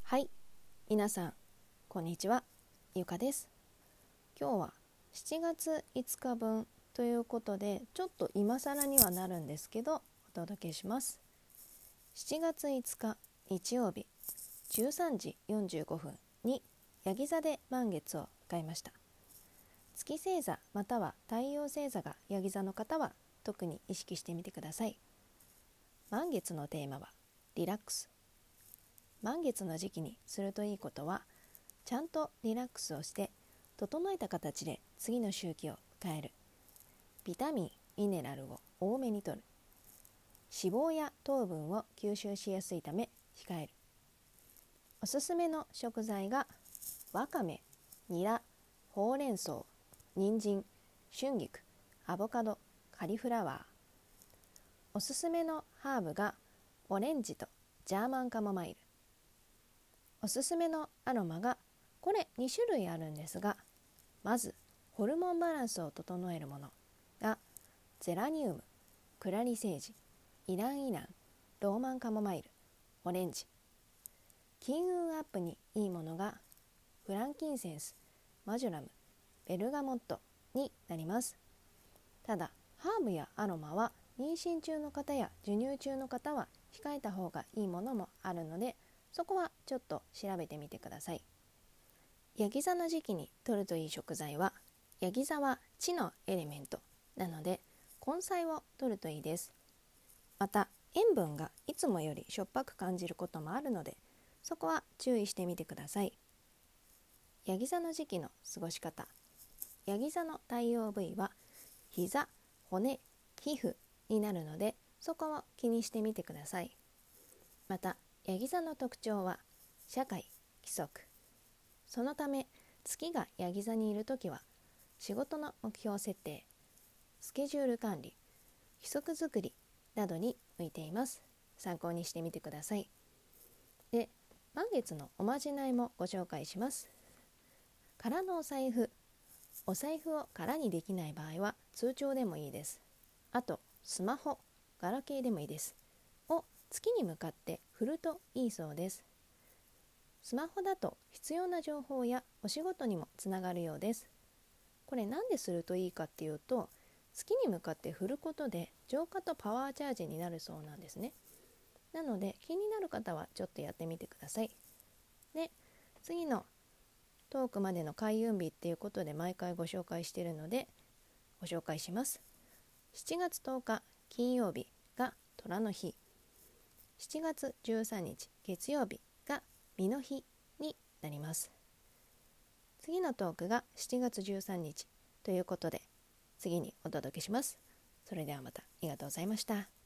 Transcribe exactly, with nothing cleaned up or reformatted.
はい、皆さんこんにちは、ゆかです。今日はしちがついつかぶんということで、ちょっと今更にはなるんですけどお届けします。しちがついつか日曜日じゅうさんじよんじゅうごふんにヤギ座で満月を迎えました。月星座または太陽星座がヤギ座の方は特に意識してみてください。満月のテーマはリラックス。満月の時期にするといいことは、ちゃんとリラックスをして整えた形で次の周期を迎える。ビタミン、ミネラルを多めに摂る。脂肪や糖分を吸収しやすいため控える。おすすめの食材がわかめ、ニラ、ほうれん草、人参、春菊、アボカド、カリフラワー。おすすめのハーブがオレンジとジャーマンカモマイル。おすすめのアロマがこれにしゅるいあるんですが、まずホルモンバランスを整えるものがゼラニウム、クラリセージ、イランイラン、ローマンカモマイル、オレンジ。金運アップにいいものがフランキンセンス、マジュラム、ベルガモットになります。ただハーブやアロマは妊娠中の方や授乳中の方は控えた方がいいものもあるので、そこはちょっと調べてみてください。ヤギ座の時期に摂るといい食材は、ヤギ座は地のエレメントなので根菜を摂るといいです。また塩分がいつもよりしょっぱく感じることもあるので、そこは注意してみてください。ヤギ座の時期の過ごし方。ヤギ座の太陽部位は膝、骨、皮膚になるので、そこを気にしてみてください。またヤギ座の特徴は社会、規則。そのため月がヤギ座にいるときは仕事の目標設定、スケジュール管理、規則作りなどに向いています。参考にしてみてください。で、満月のおまじないもご紹介します。空のお財布。お財布を空にできない場合は通帳でもいいです。あとスマホ、ガラケーでもいいです。を月に向かって振るといいそうです。スマホだと必要な情報やお仕事にもつながるようです。これなんでするといいかっていうと、月に向かって振ることで浄化とパワーチャージになるそうなんですね。なので気になる方はちょっとやってみてください。で、次のトークまでの開運日っていうことで毎回ご紹介しているのでご紹介します。しちがつとおか金曜日が虎の日。しちがつじゅうさんにち月曜日が実の日になります。次のトークがしちがつじゅうさんにちということで次にお届けします。それではまた。ありがとうございました。